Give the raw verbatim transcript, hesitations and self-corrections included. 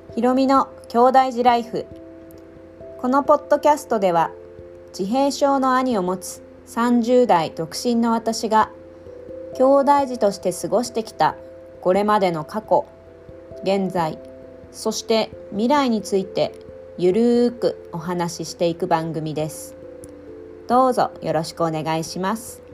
ひろみの兄弟児ライフ。このポッドキャストでは自閉症の兄を持つさんじゅう代独身の私が兄弟児として過ごしてきたこれまでの過去、現在、そして未来についてゆるーくお話ししていく番組です。どうぞよろしくお願いします。